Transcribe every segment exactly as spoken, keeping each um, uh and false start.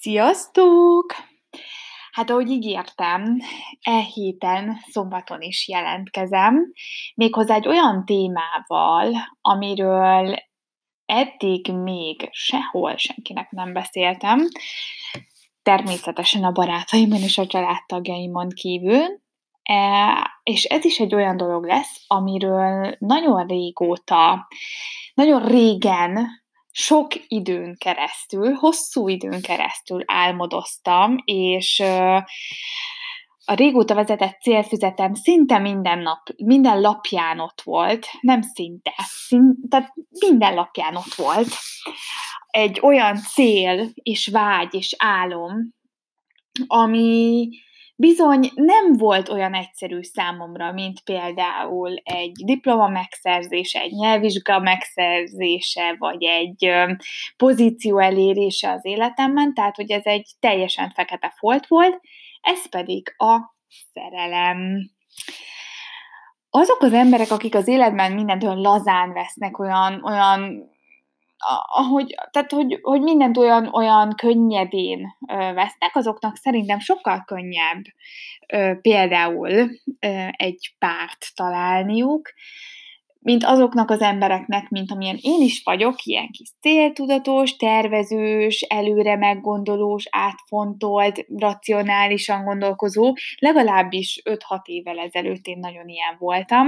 Sziasztok! Hát ahogy ígértem, e héten szombaton is jelentkezem, méghozzá egy olyan témával, amiről eddig még sehol senkinek nem beszéltem, természetesen a barátaimon és a családtagjaimon kívül, eee, és ez is egy olyan dolog lesz, amiről nagyon régóta, nagyon régen, sok időn keresztül, hosszú időn keresztül álmodoztam, és ö, a régóta vezetett célfüzetem szinte minden nap, minden lapján ott volt, nem szinte, szin, tehát minden lapján ott volt. Egy olyan cél és vágy és álom, ami bizony nem volt olyan egyszerű számomra, mint például egy diploma megszerzése, egy nyelvvizsga megszerzése, vagy egy ö, pozíció elérése az életemben, tehát hogy ez egy teljesen fekete folt volt, ez pedig a szerelem. Azok az emberek, akik az életben mindent olyan lazán vesznek, olyan, olyan ahogy, tehát, hogy, hogy mindent olyan, olyan könnyedén ö, vesznek, azoknak szerintem sokkal könnyebb ö, például ö, egy párt találniuk, mint azoknak az embereknek, mint amilyen én is vagyok, ilyen kis céltudatos, tervezős, előre meggondolós, átfontolt, racionálisan gondolkozó, legalábbis öt-hat évvel ezelőtt én nagyon ilyen voltam.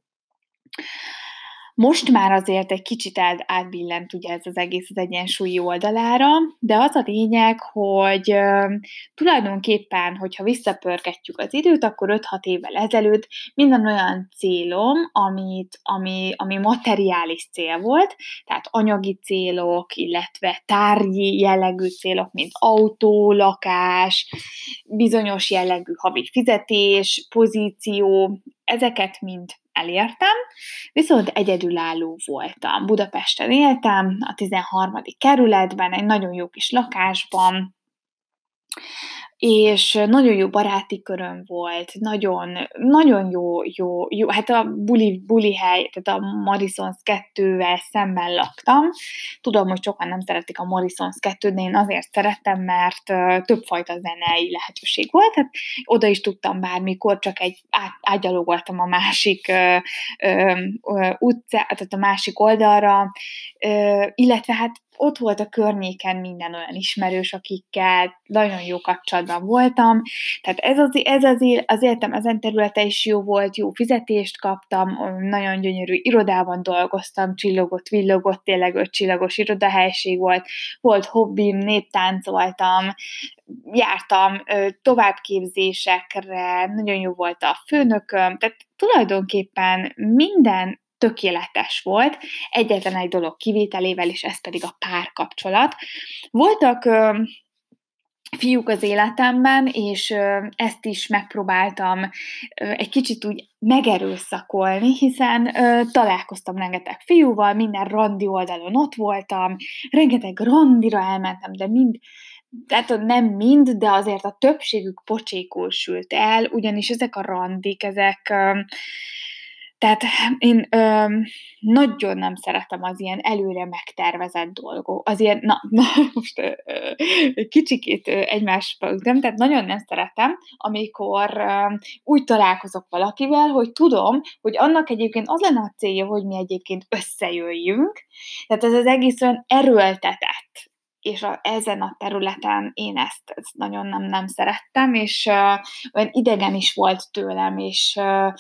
Most már azért egy kicsit át, átbillent ugye ez az egész az egyensúlyi oldalára, de az a lényeg, hogy ö, tulajdonképpen, hogyha visszapörgetjük az időt, akkor öt-hat évvel ezelőtt minden olyan célom, amit, ami, ami materiális cél volt, tehát anyagi célok, illetve tárgyi jellegű célok, mint autó, lakás, bizonyos jellegű havi fizetés, pozíció, ezeket mind elértem, viszont egyedülálló voltam. Budapesten éltem, a tizenharmadik kerületben, egy nagyon jó kis lakásban, és nagyon jó baráti köröm volt, nagyon, nagyon jó, jó, jó, hát a buli, buli hely, tehát a Morrisons kettővel szemben laktam. Tudom, hogy sokan nem szeretik a Morrisons kettőt, de én azért szerettem, mert uh, többfajta zenei lehetőség volt, hát oda is tudtam bármikor, csak egy át, átgyalogoltam a másik uh, uh, utcá, tehát a másik oldalra, uh, illetve hát ott volt a környéken minden olyan ismerős, akikkel nagyon jó kapcsolatban voltam, tehát ez az, ez az, az életem ezen területe is jó volt, jó fizetést kaptam, nagyon gyönyörű irodában dolgoztam, csillogott, villogott, tényleg ötcsillagos irodahelység volt, volt hobbim, néptáncoltam, jártam továbbképzésekre, nagyon jó volt a főnököm, tehát tulajdonképpen minden tökéletes volt, egyetlen egy dolog kivételével, és ez pedig a párkapcsolat. Voltak ö, fiúk az életemben, és ö, ezt is megpróbáltam ö, egy kicsit úgy megerőszakolni, hiszen ö, találkoztam rengeteg fiúval, minden randi oldalon ott voltam, rengeteg randira elmentem, de mind tehát nem mind, de azért a többségük pocsékul sült el, ugyanis ezek a randik, ezek... Ö, Tehát én ö, nagyon nem szeretem az ilyen előre megtervezett dolgok. Azért, na, na most ö, ö, kicsikét ö, egymásba ütem, tehát nagyon nem szeretem, amikor ö, úgy találkozok valakivel, hogy tudom, hogy annak egyébként az lenne a célja, hogy mi egyébként összejöjjünk. Tehát ez az egész olyan erőltetett. És a, ezen a területen én ezt, ezt nagyon nem, nem szerettem, és uh, olyan idegen is volt tőlem, és uh,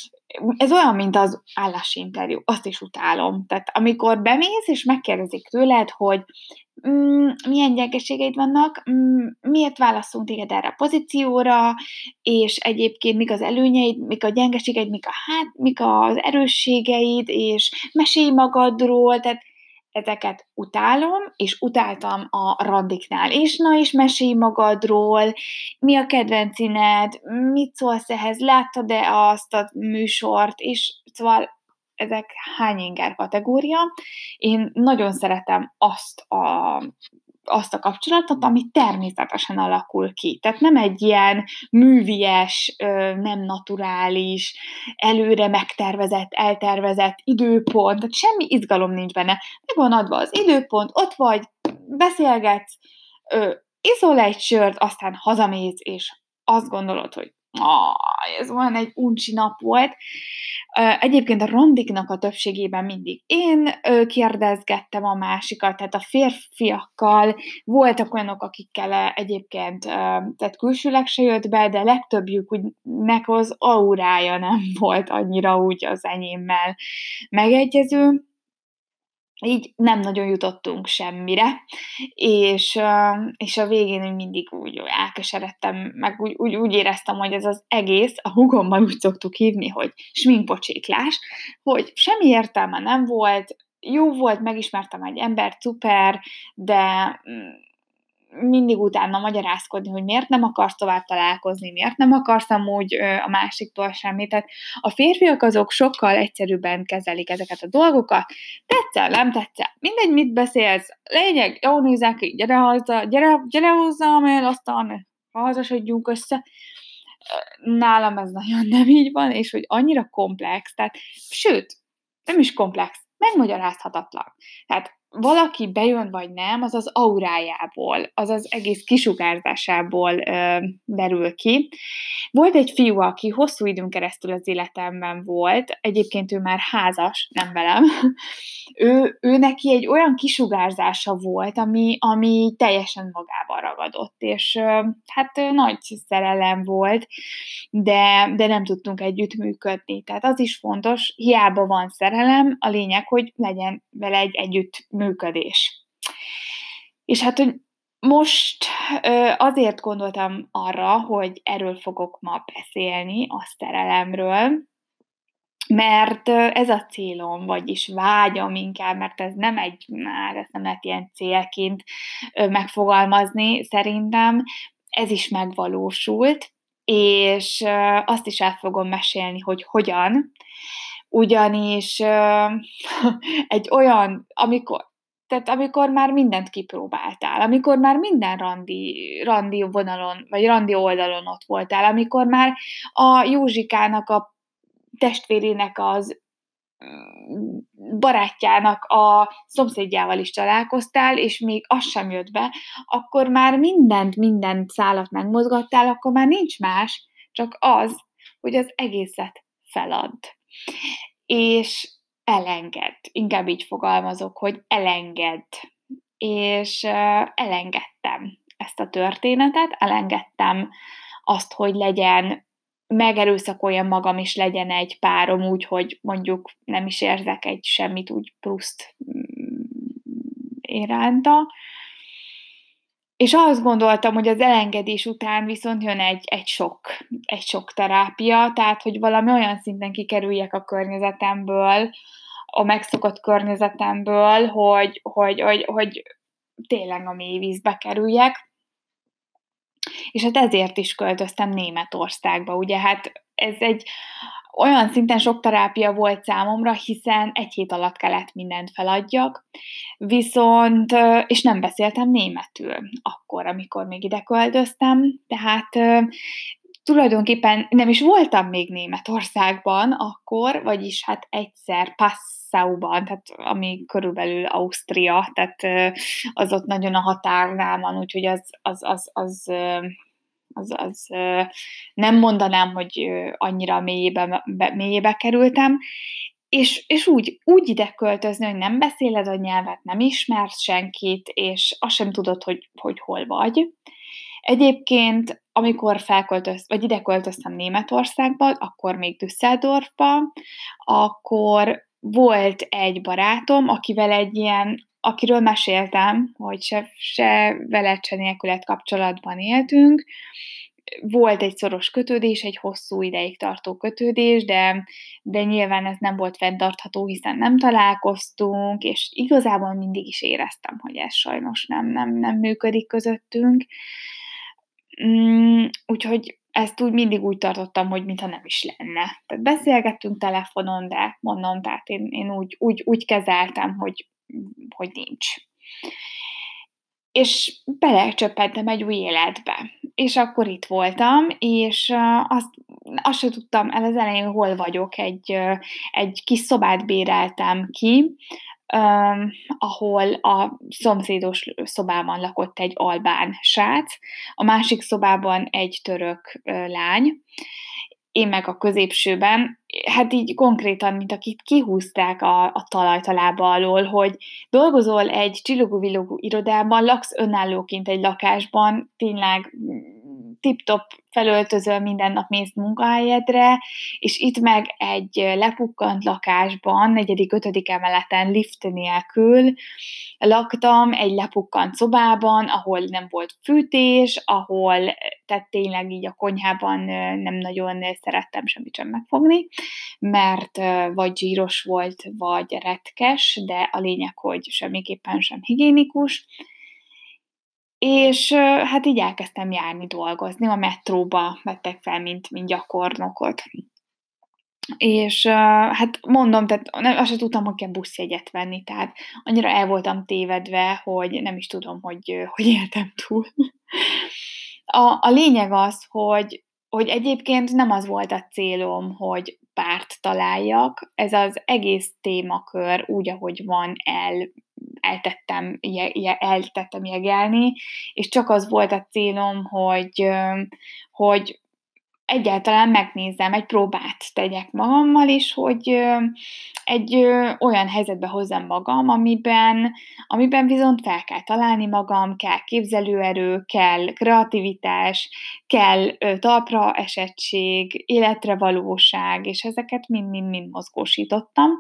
ez olyan, mint az állásinterjú, azt is utálom. Tehát amikor bemész, és megkérdezik tőled, hogy mm, milyen gyengeségeid vannak, mm, miért választunk téged erre a pozícióra, és egyébként mik az előnyeid, mik a gyengeségeid, mik, a hát, mik az erősségeid, és mesélj magadról, tehát ezeket utálom, és utáltam a randiknál is. Na és mesélj magadról, mi a kedvenc színed, mit szólsz ehhez, láttad-e azt a műsort, és szóval ezek hány inger kategória. Én nagyon szeretem azt a azt a kapcsolatot, ami természetesen alakul ki. Tehát nem egy ilyen művies, nem naturális, előre megtervezett, eltervezett időpont, tehát semmi izgalom nincs benne. Meg van adva az időpont, ott vagy, beszélgetsz, iszol egy sört, aztán hazamész, és azt gondolod, hogy aj, ez olyan egy uncsi nap volt. Ö, egyébként a randiknak a többségében mindig én, ö, kérdezgettem a másikat, tehát a férfiakkal voltak olyanok, akikkel, e egyébként, ö, tehát külsőleg se jött be, de legtöbbjük úgy nek az aurája nem volt annyira úgy az enyémmel megegyező. Így nem nagyon jutottunk semmire, és, ö, és a végén úgy mindig úgy elkeseredtem, meg úgy úgy úgy éreztem, hogy ez az egész, a húgommal úgy szoktuk hívni, hogy sminkpocséklás, hogy semmi értelme nem volt, jó volt, megismertem egy embert, szuper, de, mm, mindig utána magyarázkodni, hogy miért nem akarsz tovább találkozni, miért nem akarsz amúgy, ö, a másiktól semmit. Tehát a férfiak azok sokkal egyszerűbben kezelik ezeket a dolgokat. Tetszel, nem tetszel, mindegy, mit beszélsz, lényeg, jól nézel ki, gyere haza, gyere gyere hozzám el, aztán házasodjunk össze. Ö, nálam ez nagyon nem így van, és hogy annyira komplex, tehát sőt, nem is komplex, megmagyarázhatatlan. Tehát valaki bejön vagy nem, az az aurájából, az az egész kisugárzásából, ö, derül ki. Volt egy fiú, aki hosszú időn keresztül az életemben volt, egyébként ő már házas, nem velem. Ő ő neki egy olyan kisugárzása volt, ami ami teljesen magába ragadott, és, ö, hát, ö, nagy szerelem volt, de de nem tudtunk együttműködni. Tehát az is fontos, hiába van szerelem, a lényeg, hogy legyen vele egy együttműködés. És hát, hogy most, ö, azért gondoltam arra, hogy erről fogok ma beszélni, a szerelemről, mert, ö, ez a célom, vagyis vágyam inkább, mert ez nem egy már ezt nem lehet ilyen célként, ö, megfogalmazni szerintem, ez is megvalósult, és, ö, azt is el fogom mesélni, hogy hogyan. Ugyanis, ö, egy olyan amikor tehát amikor már mindent kipróbáltál, amikor már minden randi randi vonalon, vagy randi oldalon ott voltál, amikor már a Józsikának a testvérének az, mm, barátjának a szomszédjával is találkoztál, és még az sem jött be, akkor már mindent, minden szálat megmozgattál, akkor már nincs más, csak az, hogy az egészet feladd. És elengedd, inkább így fogalmazok, hogy elengedd. És, ö, elengedtem ezt a történetet, elengedtem azt, hogy legyen megerőszakoljam magam, és legyen egy párom úgy, hogy mondjuk nem is érzek egy semmit úgy pluszt, mm, iránta. És azt gondoltam, hogy az elengedés után viszont jön egy egy sok egy sokterápia, tehát hogy valami olyan szinten kikerüljek a környezetemből, a megszokott környezetemből, hogy hogy hogy hogy tényleg a mélyvízbe kerüljek. És hát ezért is költöztem Németországba. Ugye hát ez egy olyan szinten sokterápia volt számomra, hiszen egy hét alatt kellett mindent feladjak, viszont ö, és nem beszéltem németül akkor, amikor még ide költöztem, tehát, ö, tulajdonképpen nem is voltam még Németországban akkor, vagyis hát egyszer Passauban, tehát ami körülbelül Ausztria, tehát, ö, az ott nagyon a határnál van, úgyhogy az az az az, ö, az az, ö, nem mondanám, hogy, ö, annyira mélyébe be mélyébe kerültem, és és úgy úgy ide költözni, hogy nem beszéled a nyelvet, nem ismersz senkit, és azt sem tudod, hogy hogy hol vagy. Egyébként, amikor felköltöz vagy ide költöztem Németországba, akkor még Düsseldorfba, akkor volt egy barátom, akivel egy ilyen akiről meséltem, hogy se se veled, se nélküled kapcsolatban éltünk. Volt egy szoros kötődés, egy hosszú ideig tartó kötődés, de de nyilván ez nem volt fenntartható, hiszen nem találkoztunk, és igazából mindig is éreztem, hogy ez sajnos nem nem nem működik közöttünk. Hm, úgyhogy ezt úgy mindig úgy tartottam, hogy mintha nem is lenne. Tehát beszélgettünk telefonon, de mondom, tehát én én úgy úgy úgy kezeltem, hogy hogy nincs. És belecsöppentem egy új életbe. És akkor itt voltam, és, ö, azt azt se tudtam el az elején, hol vagyok, egy, ö, egy kis szobát béreltem ki, öm, ahol a szomszédos szobában lakott egy albán srác, a másik szobában egy török ö, lány, én meg a középsőben, hát így konkrétan, mint akit kihúzták a, a talajt a lába alól, hogy dolgozol egy csillogó-villogó irodában, laksz önállóként egy lakásban, tényleg tip-top felöltözöl, minden nap mész munkahelyedre, és itt meg egy lepukkant lakásban, negyedik, ötödik emeleten lift nélkül laktam egy lepukkant szobában, ahol nem volt fűtés, ahol, tehát tényleg így a konyhában nem nagyon szerettem semmit sem megfogni, mert vagy zsíros volt, vagy retkes, de a lényeg, hogy semmiképpen sem higiénikus. És hát így elkezdtem járni dolgozni, a metróba vettek fel, mint, mint gyakornokot. És hát mondom, tehát nem, azt sem tudtam, hogy kell buszjegyet venni, tehát annyira el voltam tévedve, hogy nem is tudom, hogy hogy éltem túl. A, a lényeg az, hogy, hogy egyébként nem az volt a célom, hogy párt találjak, ez az egész témakör úgy, ahogy van, el, eltettem, je, je, eltettem jegelni, és csak az volt a célom, hogy, hogy egyáltalán megnézzem, egy próbát tegyek magammal, és hogy ö, egy ö, olyan helyzetbe hozzam magam, amiben, amiben viszont fel kell találni magam, kell képzelőerő, kell kreativitás, kell ö, talpra esettség, életre valóság, és ezeket mind-mind-mind mozgósítottam.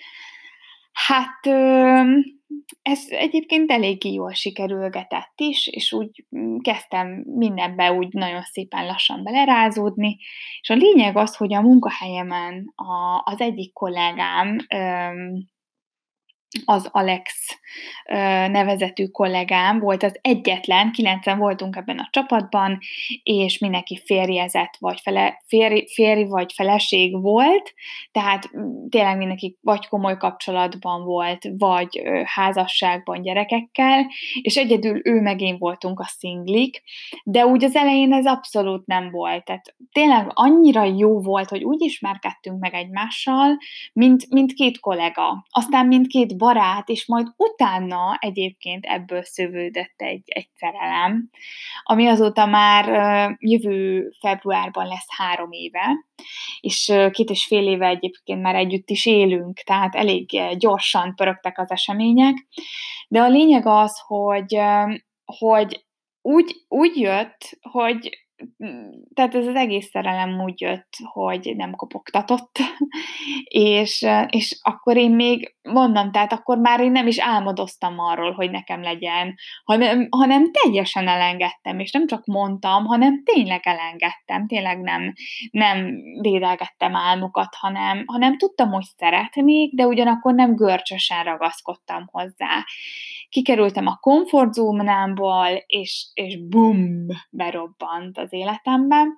Hát ö, ez egyébként eléggé jól sikerülgetett is, és úgy kezdtem mindenbe úgy nagyon szépen lassan belerázódni, és a lényeg az, hogy a munkahelyemen a, az egyik kollégám, öm, az Alex ö, nevezetű kollégám volt az egyetlen, kilencen voltunk ebben a csapatban, és mindenki férjezett, vagy fele, férj, férj vagy feleség volt, tehát tényleg mindenki vagy komoly kapcsolatban volt, vagy ö, házasságban gyerekekkel, és egyedül ő meg én voltunk a szinglik, de úgy az elején ez abszolút nem volt, tehát tényleg annyira jó volt, hogy úgy ismerkedtünk meg egymással, mint, mint két kollega, aztán mint két barát, és majd utána egyébként ebből szövődött egy, egy szerelem, ami azóta már jövő februárban lesz három éve, és két és fél éve egyébként már együtt is élünk, tehát elég gyorsan pörögtek az események, de a lényeg az, hogy, hogy úgy, úgy jött, hogy tehát ez az egész szerelem úgy jött, hogy nem kopogtatott, és, és akkor én még mondom, tehát akkor már én nem is álmodoztam arról, hogy nekem legyen, hanem, hanem teljesen elengedtem, és nem csak mondtam, hanem tényleg elengedtem, tényleg nem, nem dédelgettem álmokat, hanem, hanem tudtam, hogy szeretnék, de ugyanakkor nem görcsösen ragaszkodtam hozzá. Kikerültem a komfortzónámból, és, és bum, berobbant az életemben.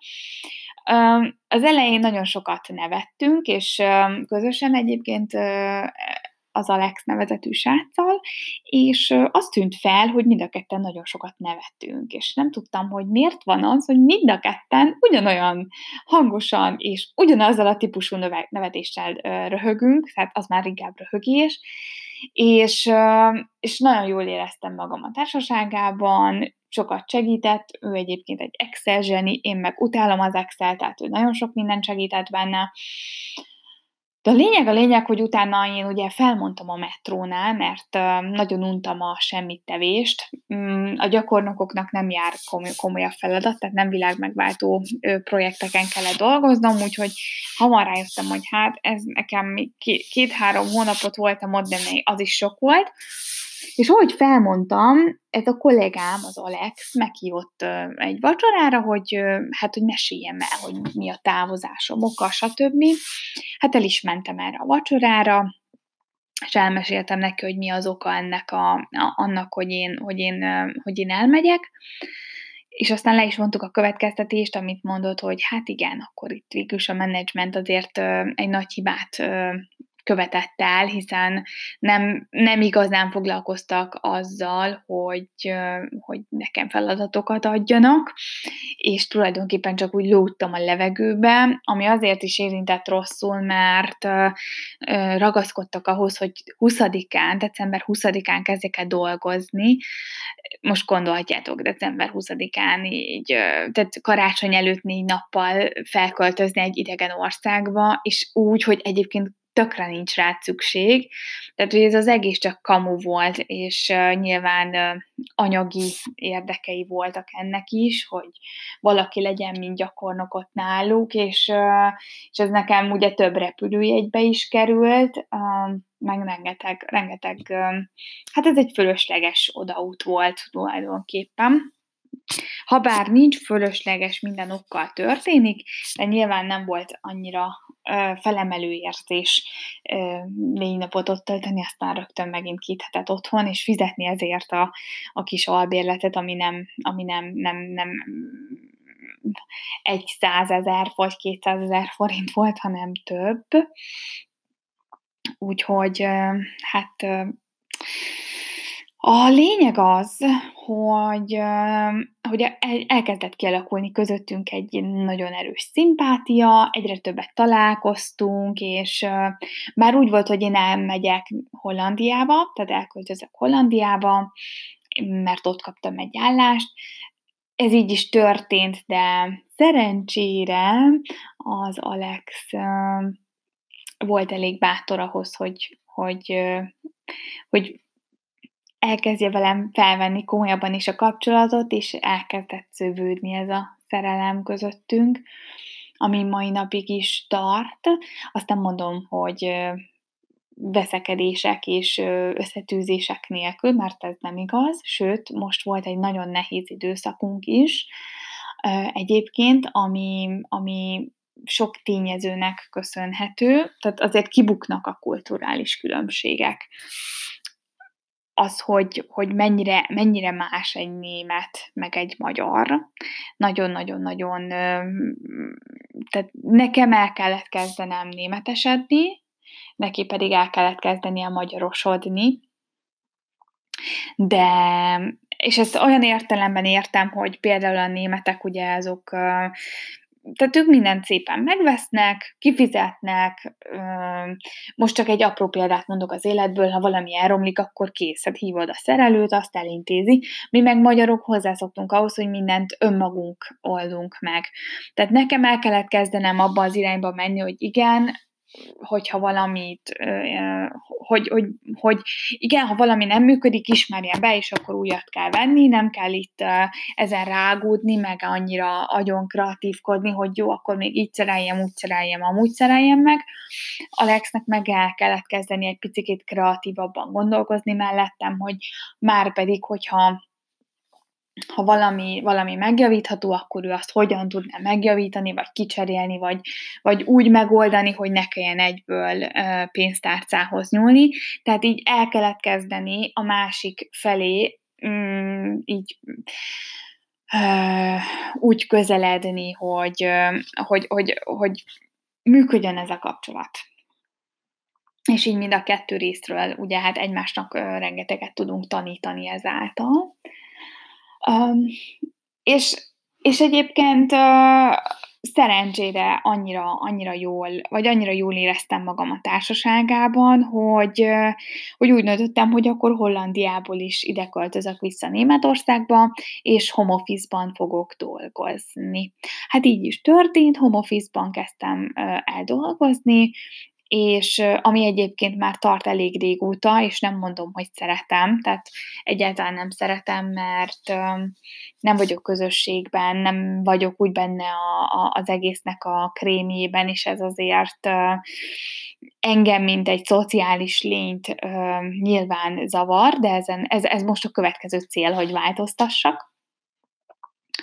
Az elején nagyon sokat nevettünk, és közösen egyébként az Alex nevezetű sráccal, és azt tűnt fel, hogy mind a ketten nagyon sokat nevettünk, és nem tudtam, hogy miért van az, hogy mind a ketten ugyanolyan hangosan és ugyanazzal a típusú nevetéssel röhögünk, tehát az már inkább röhögés, és, és nagyon jól éreztem magam a társaságában, sokat segített, ő egyébként egy Excel zseni, én meg utálom az Excel, tehát ő nagyon sok mindent segített benne. De a lényeg a lényeg, hogy utána én ugye felmondtam a metrónál, mert nagyon untam a semmittevést. A gyakornokoknak nem jár komoly, komolyabb feladat, tehát nem világmegváltó projekteken kellett dolgoznom, úgyhogy hamar rájöttem, hogy hát ez nekem két-három hónapot voltam ott, de még az is sok volt. És ahogy felmondtam, ez a kollégám, az Alex meghívott egy vacsorára, hogy hát, hogy meséljem el, hogy mi a távozásom oka, stb. Hát el is mentem erre a vacsorára, és elmeséltem neki, hogy mi az oka ennek a, a, annak, hogy én, hogy, én, hogy én elmegyek, és aztán le is vontuk a következtetést, amit mondott, hogy hát igen, akkor itt végülis a menedzsment azért egy nagy hibát követett el, hiszen nem, nem igazán foglalkoztak azzal, hogy, hogy nekem feladatokat adjanak, és tulajdonképpen csak úgy lógtam a levegőben, ami azért is érintett rosszul, mert ö, ö, ragaszkodtak ahhoz, hogy huszadikán, december huszadikán kezdjek el dolgozni. Most gondolhatjátok, december huszadikán így, ö, tehát karácsony előtt négy nappal felköltözni egy idegen országba, és úgy, hogy egyébként tökre nincs rá szükség. Tehát, hogy ez az egész csak kamu volt, és uh, nyilván uh, anyagi érdekei voltak ennek is, hogy valaki legyen, mint gyakornok ott náluk, és, uh, és ez nekem ugye több repülőjegybe is került, uh, meg rengeteg, rengeteg, uh, hát ez egy fölösleges odaút volt tulajdonképpen. Habár nincs fölösleges, minden okkal történik, de nyilván nem volt annyira ö, felemelő érzés ö, négy napot ott tölteni, aztán rögtön megint két hetet otthon, és fizetni ezért a, a kis albérletet, ami nem, ami nem, nem, nem egy százezer vagy kétszázezer forint volt, hanem több. Úgyhogy ö, hát ö, a lényeg az, hogy, hogy elkezdett kialakulni közöttünk egy nagyon erős szimpátia, egyre többet találkoztunk, és már úgy volt, hogy én elmegyek Hollandiába, tehát elköltözök Hollandiába, mert ott kaptam egy állást. Ez így is történt, de szerencsére az Alex volt elég bátor ahhoz, hogy, hogy, hogy elkezdje velem felvenni komolyabban is a kapcsolatot, és elkezdett szövődni ez a szerelem közöttünk, ami mai napig is tart. Azt nem mondom, hogy veszekedések és összetűzések nélkül, mert ez nem igaz, sőt, most volt egy nagyon nehéz időszakunk is egyébként, ami, ami sok tényezőnek köszönhető, tehát azért kibuknak a kulturális különbségek. Az, hogy, hogy mennyire, mennyire más egy német, meg egy magyar. Nagyon-nagyon-nagyon, tehát nekem el kellett kezdenem németesedni, neki pedig el kellett kezdenie magyarosodni, de, és ezt olyan értelemben értem, hogy például a németek ugye azok, tehát ők mindent szépen megvesznek, kifizetnek, most csak egy apró példát mondok az életből, ha valami elromlik, akkor kész, hát hívod a szerelőt, azt elintézi. Mi meg magyarok hozzászoktunk ahhoz, hogy mindent önmagunk oldunk meg. Tehát nekem el kellett kezdenem abba az irányba menni, hogy igen, hogyha valamit, hogy, hogy, hogy igen, ha valami nem működik, ismerjen be, és akkor újat kell venni, nem kell itt ezen rágódni, meg annyira agyon kreatívkodni, hogy jó, akkor még így szereljem, úgy szereljem, amúgy szereljem meg. Alexnek meg el kellett kezdeni egy picit kreatívabban gondolkozni mellettem, hogy már pedig, hogyha ha valami, valami megjavítható, akkor ő azt hogyan tudná megjavítani, vagy kicserélni, vagy, vagy úgy megoldani, hogy ne kelljen egyből uh, pénztárcához nyúlni. Tehát így el kellett kezdeni a másik felé um, így uh, úgy közeledni, hogy, uh, hogy, hogy, hogy működjön ez a kapcsolat. És így mind a kettő részről, ugye hát egymásnak uh, rengeteget tudunk tanítani ezáltal. Um, és, és egyébként uh, szerencsére annyira, annyira jól, vagy annyira jól éreztem magam a társaságában, hogy, uh, hogy úgy döntöttem, hogy akkor Hollandiából is ide költözök vissza Németországba, és home office-ban fogok dolgozni. Hát így is történt, home office-ban kezdtem uh, el dolgozni, és ami egyébként már tart elég régóta, és nem mondom, hogy szeretem, tehát egyáltalán nem szeretem, mert nem vagyok közösségben, nem vagyok úgy benne a, a, az egésznek a krémjében, és ez azért engem, mint egy szociális lényt nyilván zavar, de ezen, ez, ez most a következő cél, hogy változtassak.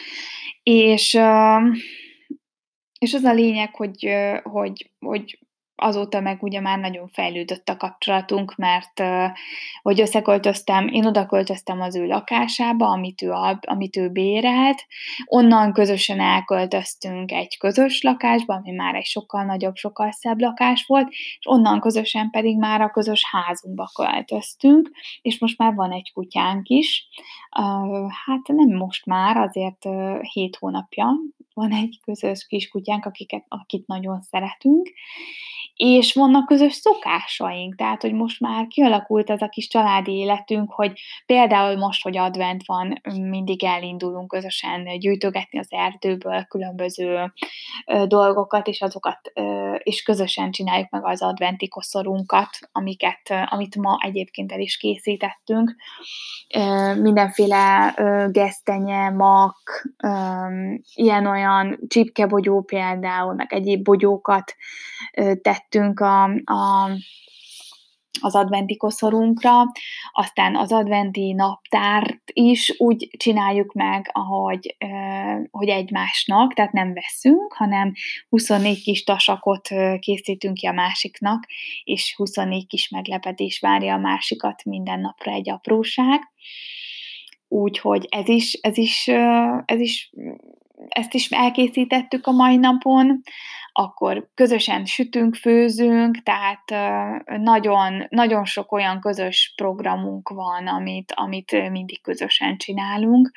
És, és az a lényeg, hogy, hogy, hogy azóta meg ugye már nagyon fejlődött a kapcsolatunk, mert hogy összeköltöztem, én oda költöztem az ő lakásába, amit ő, amit ő bérelt, onnan közösen elköltöztünk egy közös lakásba, ami már egy sokkal nagyobb, sokkal szebb lakás volt, és onnan közösen pedig már a közös házunkba költöztünk, és most már van egy kutyánk is. Hát nem most már, azért hét hónapja van egy közös kis kutyánk, akiket, akit nagyon szeretünk, és vannak közös szokásaink, tehát, hogy most már kialakult az a kis családi életünk, hogy például most, hogy advent van, mindig elindulunk közösen gyűjtögetni az erdőből különböző ö, dolgokat, és azokat, ö, és közösen csináljuk meg az adventi koszorunkat, amiket, ö, amit ma egyébként el is készítettünk. Ö, mindenféle ö, gesztenye, mak, ö, ilyen-olyan csipkebogyó például, meg egyéb bogyókat ö, tettünk a, a az adventi koszorunkra, aztán az adventi naptárt is úgy csináljuk meg, ahogy hogy egymásnak, tehát nem veszünk, hanem huszonnégy kis tasakot készítünk ki a másiknak, és huszonnégy kis meglepetés várja a másikat, minden napra egy apróság. Úgyhogy ez is, ez is, ez is, ezt is elkészítettük a mai napon, akkor közösen sütünk, főzünk, tehát nagyon, nagyon sok olyan közös programunk van, amit, amit mindig közösen csinálunk.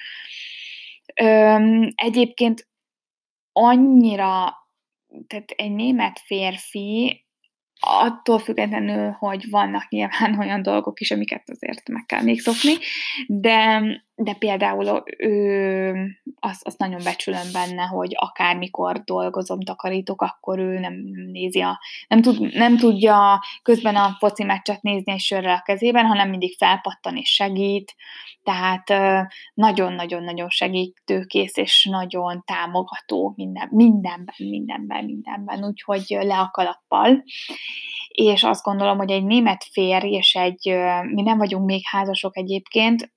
Egyébként annyira, tehát egy német férfi, attól függetlenül, hogy vannak nyilván olyan dolgok is, amiket azért meg kell még szokni, de, de például ő, azt, azt nagyon becsülöm benne, hogy akármikor dolgozom, takarítok, akkor ő nem nézi a, nem, tud, nem tudja közben a foci meccset nézni egy sörrel a kezében, hanem mindig felpattan és segít, tehát nagyon-nagyon-nagyon segítőkész és nagyon támogató minden, mindenben, mindenben, mindenben, úgyhogy le a kalappal. És azt gondolom, hogy egy német férj és egy, mi nem vagyunk még házasok egyébként,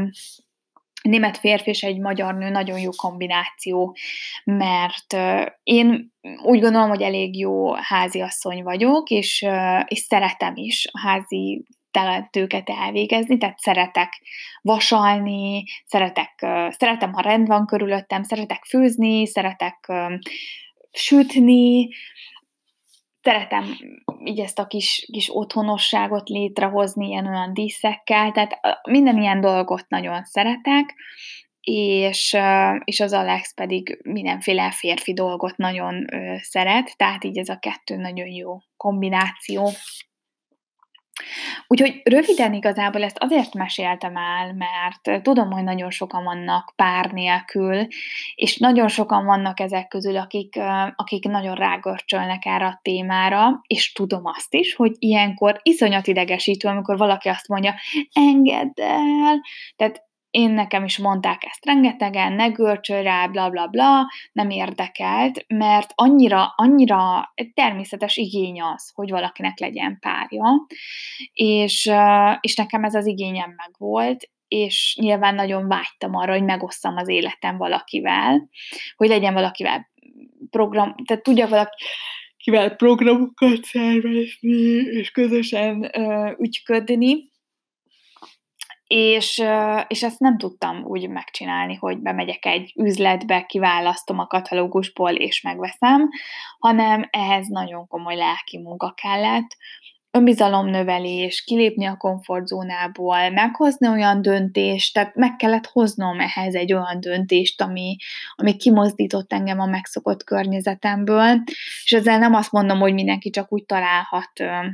német férfi és egy magyar nő nagyon jó kombináció, mert én úgy gondolom, hogy elég jó háziasszony vagyok, és, és szeretem is a házi teletőket elvégezni, tehát szeretek vasalni, szeretek, szeretem, ha rend van körülöttem, szeretek főzni, szeretek sütni, szeretem így ezt a kis, kis otthonosságot létrehozni ilyen-olyan díszekkel, tehát minden ilyen dolgot nagyon szeretek, és, és az Alex pedig mindenféle férfi dolgot nagyon szeret, tehát így ez a kettő nagyon jó kombináció. Úgyhogy röviden igazából ezt azért meséltem el, mert tudom, hogy nagyon sokan vannak pár nélkül, és nagyon sokan vannak ezek közül, akik, akik nagyon rágörcsölnek erre a témára, és tudom azt is, hogy ilyenkor iszonyat idegesítő, amikor valaki azt mondja, engedd el, tehát én nekem is mondták ezt rengetegen, ne görcsölj rá, bla bla bla, nem érdekelt, mert annyira, annyira természetes igény az, hogy valakinek legyen párja, és, és nekem ez az igényem megvolt, és nyilván nagyon vágytam arra, hogy megosszam az életem valakivel, hogy legyen valakivel program, tehát tudja valakivel programokat szervezni, és közösen uh, ügyködni, És, és ezt nem tudtam úgy megcsinálni, hogy bemegyek egy üzletbe, kiválasztom a katalógusból és megveszem, hanem ehhez nagyon komoly lelki munka kellett, önbizalomnövelés, kilépni a komfortzónából, meghozni olyan döntést, tehát meg kellett hoznom ehhez egy olyan döntést, ami, ami kimozdított engem a megszokott környezetemből, és ezzel nem azt mondom, hogy mindenki csak úgy találhat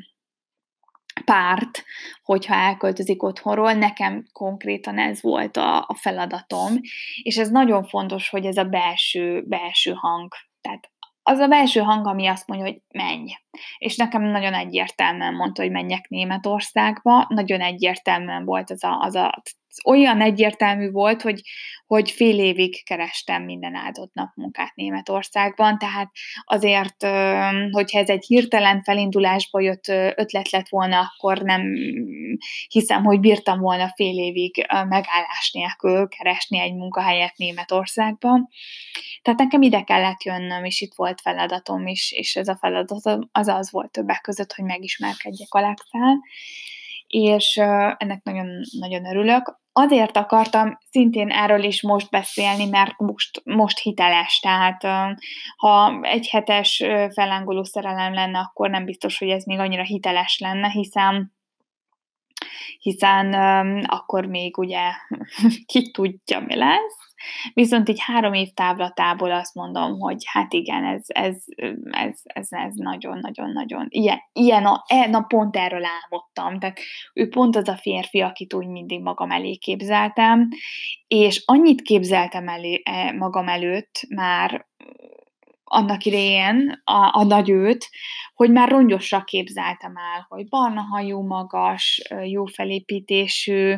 párt, hogyha elköltözik otthonról, nekem konkrétan ez volt a, a feladatom, és ez nagyon fontos, hogy ez a belső, belső hang, tehát az a belső hang, ami azt mondja, hogy menj. És nekem nagyon egyértelműen mondta, hogy menjek Németországba, nagyon egyértelműen volt az a, az a olyan egyértelmű volt, hogy, hogy fél évig kerestem minden áldott nap munkát Németországban, tehát azért, hogyha ez egy hirtelen felindulásba jött ötlet lett volna, akkor nem hiszem, hogy bírtam volna fél évig megállás nélkül keresni egy munkahelyet Németországban. Tehát nekem ide kellett jönnöm, és itt volt feladatom is, és ez a feladatom az az volt többek között, hogy megismerkedjek Alex-el, és ennek nagyon, nagyon örülök. Azért akartam szintén erről is most beszélni, mert most, most hiteles, tehát ha egy hetes fellángoló szerelem lenne, akkor nem biztos, hogy ez még annyira hiteles lenne, hiszen hiszen um, akkor még ugye ki tudja, mi lesz. Viszont így három év távlatából azt mondom, hogy hát igen, ez, ez, ez, ez, ez nagyon-nagyon-nagyon, ilyen, ilyen a, na pont erről álmodtam, tehát ő pont az a férfi, akit úgy mindig magam elé képzeltem, és annyit képzeltem elé, magam előtt már annak idején a, a nagy őt, hogy már rongyosra képzeltem el, hogy barna hajú, magas, jó felépítésű,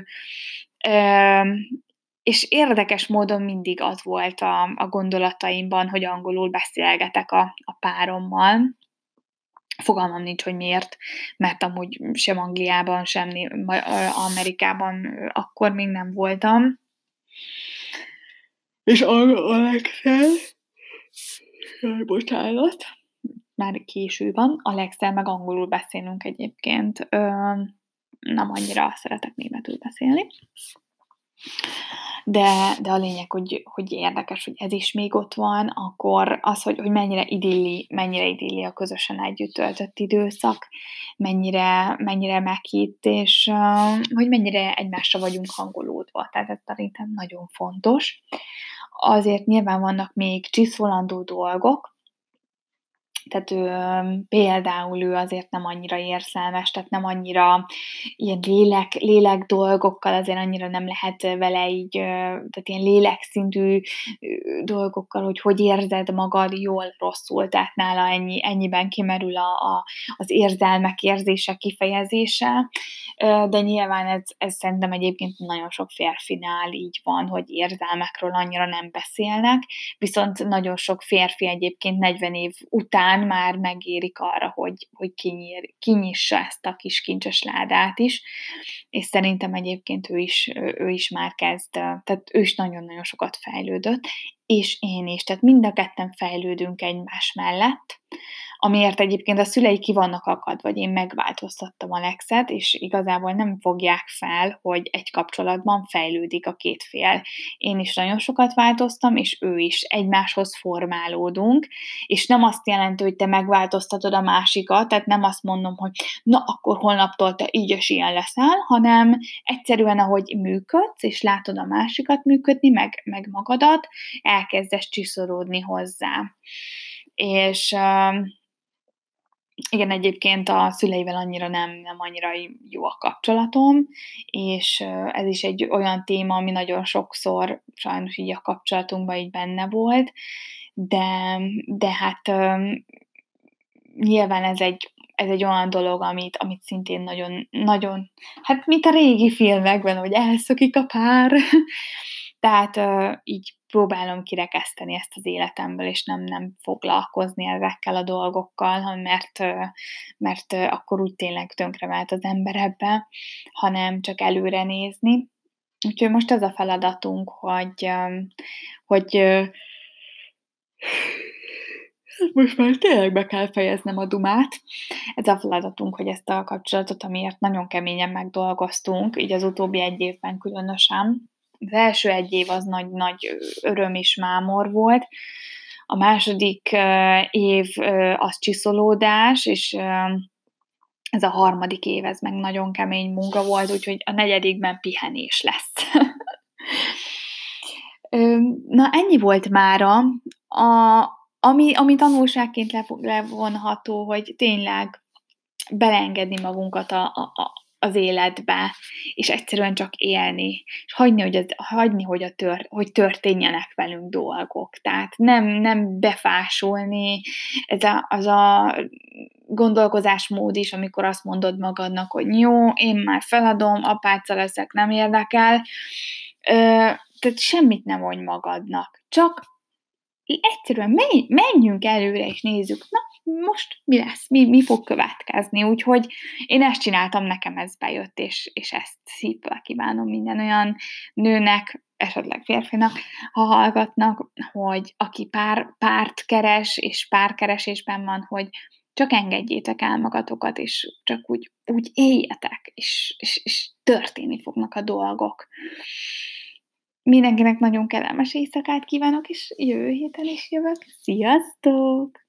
és érdekes módon mindig az volt a, a gondolataimban, hogy angolul beszélgetek a, a párommal. Fogalmam nincs, hogy miért, mert amúgy sem Angliában, sem Amerikában akkor még nem voltam. És Alex-el, bocsánat, már késő van, Alex-el meg angolul beszélünk egyébként. Ö, nem annyira szeretek németül beszélni. De, de a lényeg, hogy, hogy érdekes, hogy ez is még ott van, akkor az, hogy, hogy mennyire idilli, mennyire idilli a közösen együtt töltött időszak, mennyire, mennyire meghitt, és uh, hogy mennyire egymásra vagyunk hangolódva. Tehát ez szerintem nagyon fontos. Azért nyilván vannak még csiszolandó dolgok, tehát ő, például ő azért nem annyira érzelmes, tehát nem annyira ilyen lélek, lélek dolgokkal, azért annyira nem lehet vele így, tehát ilyen lélekszintű dolgokkal, hogy hogy érzed magad jól, rosszul, tehát nála ennyi, ennyiben kimerül a, a, az érzelmek, érzések kifejezése, de nyilván ez, ez szerintem egyébként nagyon sok férfinál így van, hogy érzelmekről annyira nem beszélnek, viszont nagyon sok férfi egyébként negyven év után már megérik arra, hogy, hogy kinyír, kinyissa ezt a kis kincses ládát is, és szerintem egyébként ő is, ő is már kezd, tehát ő is nagyon-nagyon sokat fejlődött, és én is, tehát mind a ketten fejlődünk egymás mellett, amiért egyébként a szülei ki vannak akadva, vagy én megváltoztattam Alexet, és igazából nem fogják fel, hogy egy kapcsolatban fejlődik a két fél. Én is nagyon sokat változtam, és ő is, egymáshoz formálódunk, és nem azt jelenti, hogy te megváltoztatod a másikat, tehát nem azt mondom, hogy na, akkor holnaptól te így és ilyen leszel, hanem egyszerűen, ahogy működsz, és látod a másikat működni, meg, meg magadat, elkezdesz csiszolódni hozzá. És igen, egyébként a szüleivel annyira nem, nem annyira jó a kapcsolatom, és ez is egy olyan téma, ami nagyon sokszor sajnos így a kapcsolatunkban így benne volt, de, de hát nyilván ez egy, ez egy olyan dolog, amit, amit szintén nagyon, nagyon, hát mint a régi filmekben, hogy elszökik a pár, tehát így próbálom kirekeszteni ezt az életemből, és nem, nem foglalkozni ezekkel a dolgokkal, mert, mert akkor úgy tényleg tönkrement az ember ebbe, hanem csak előre nézni. Úgyhogy most az a feladatunk, hogy, hogy most már tényleg be kell fejeznem a dumát. Ez a feladatunk, hogy ezt a kapcsolatot, amiért nagyon keményen megdolgoztunk, így az utóbbi egy évben különösen. Az első egy év az nagy-nagy öröm és mámor volt. A második év az csiszolódás, és ez a harmadik év, ez meg nagyon kemény munka volt, úgyhogy a negyedikben pihenés lesz. Na, ennyi volt mára. A, ami, ami tanulságként levonható, hogy tényleg beleengedni magunkat a, a, az életbe, és egyszerűen csak élni, és hagyni, hogy, az, hagyni, hogy, a tör, hogy történjenek velünk dolgok. Tehát nem, nem befásolni, ez a, az a gondolkozásmód is, amikor azt mondod magadnak, hogy jó, én már feladom, apáca leszek, nem érdekel. Ö, tehát semmit nem mondj magadnak. Csak egyszerűen menj, menjünk előre, és nézzük, na, most mi lesz, mi, mi fog következni. Úgyhogy én ezt csináltam, nekem ez bejött, és, és ezt szívből kívánom minden olyan nőnek, esetleg férfinak, ha hallgatnak, hogy aki pár, párt keres, és párkeresésben van, hogy csak engedjétek el magatokat, és csak úgy, úgy éljetek, és, és, és történni fognak a dolgok. Mindenkinek nagyon kellemes éjszakát kívánok, és jövő héten is jövök. Sziasztok!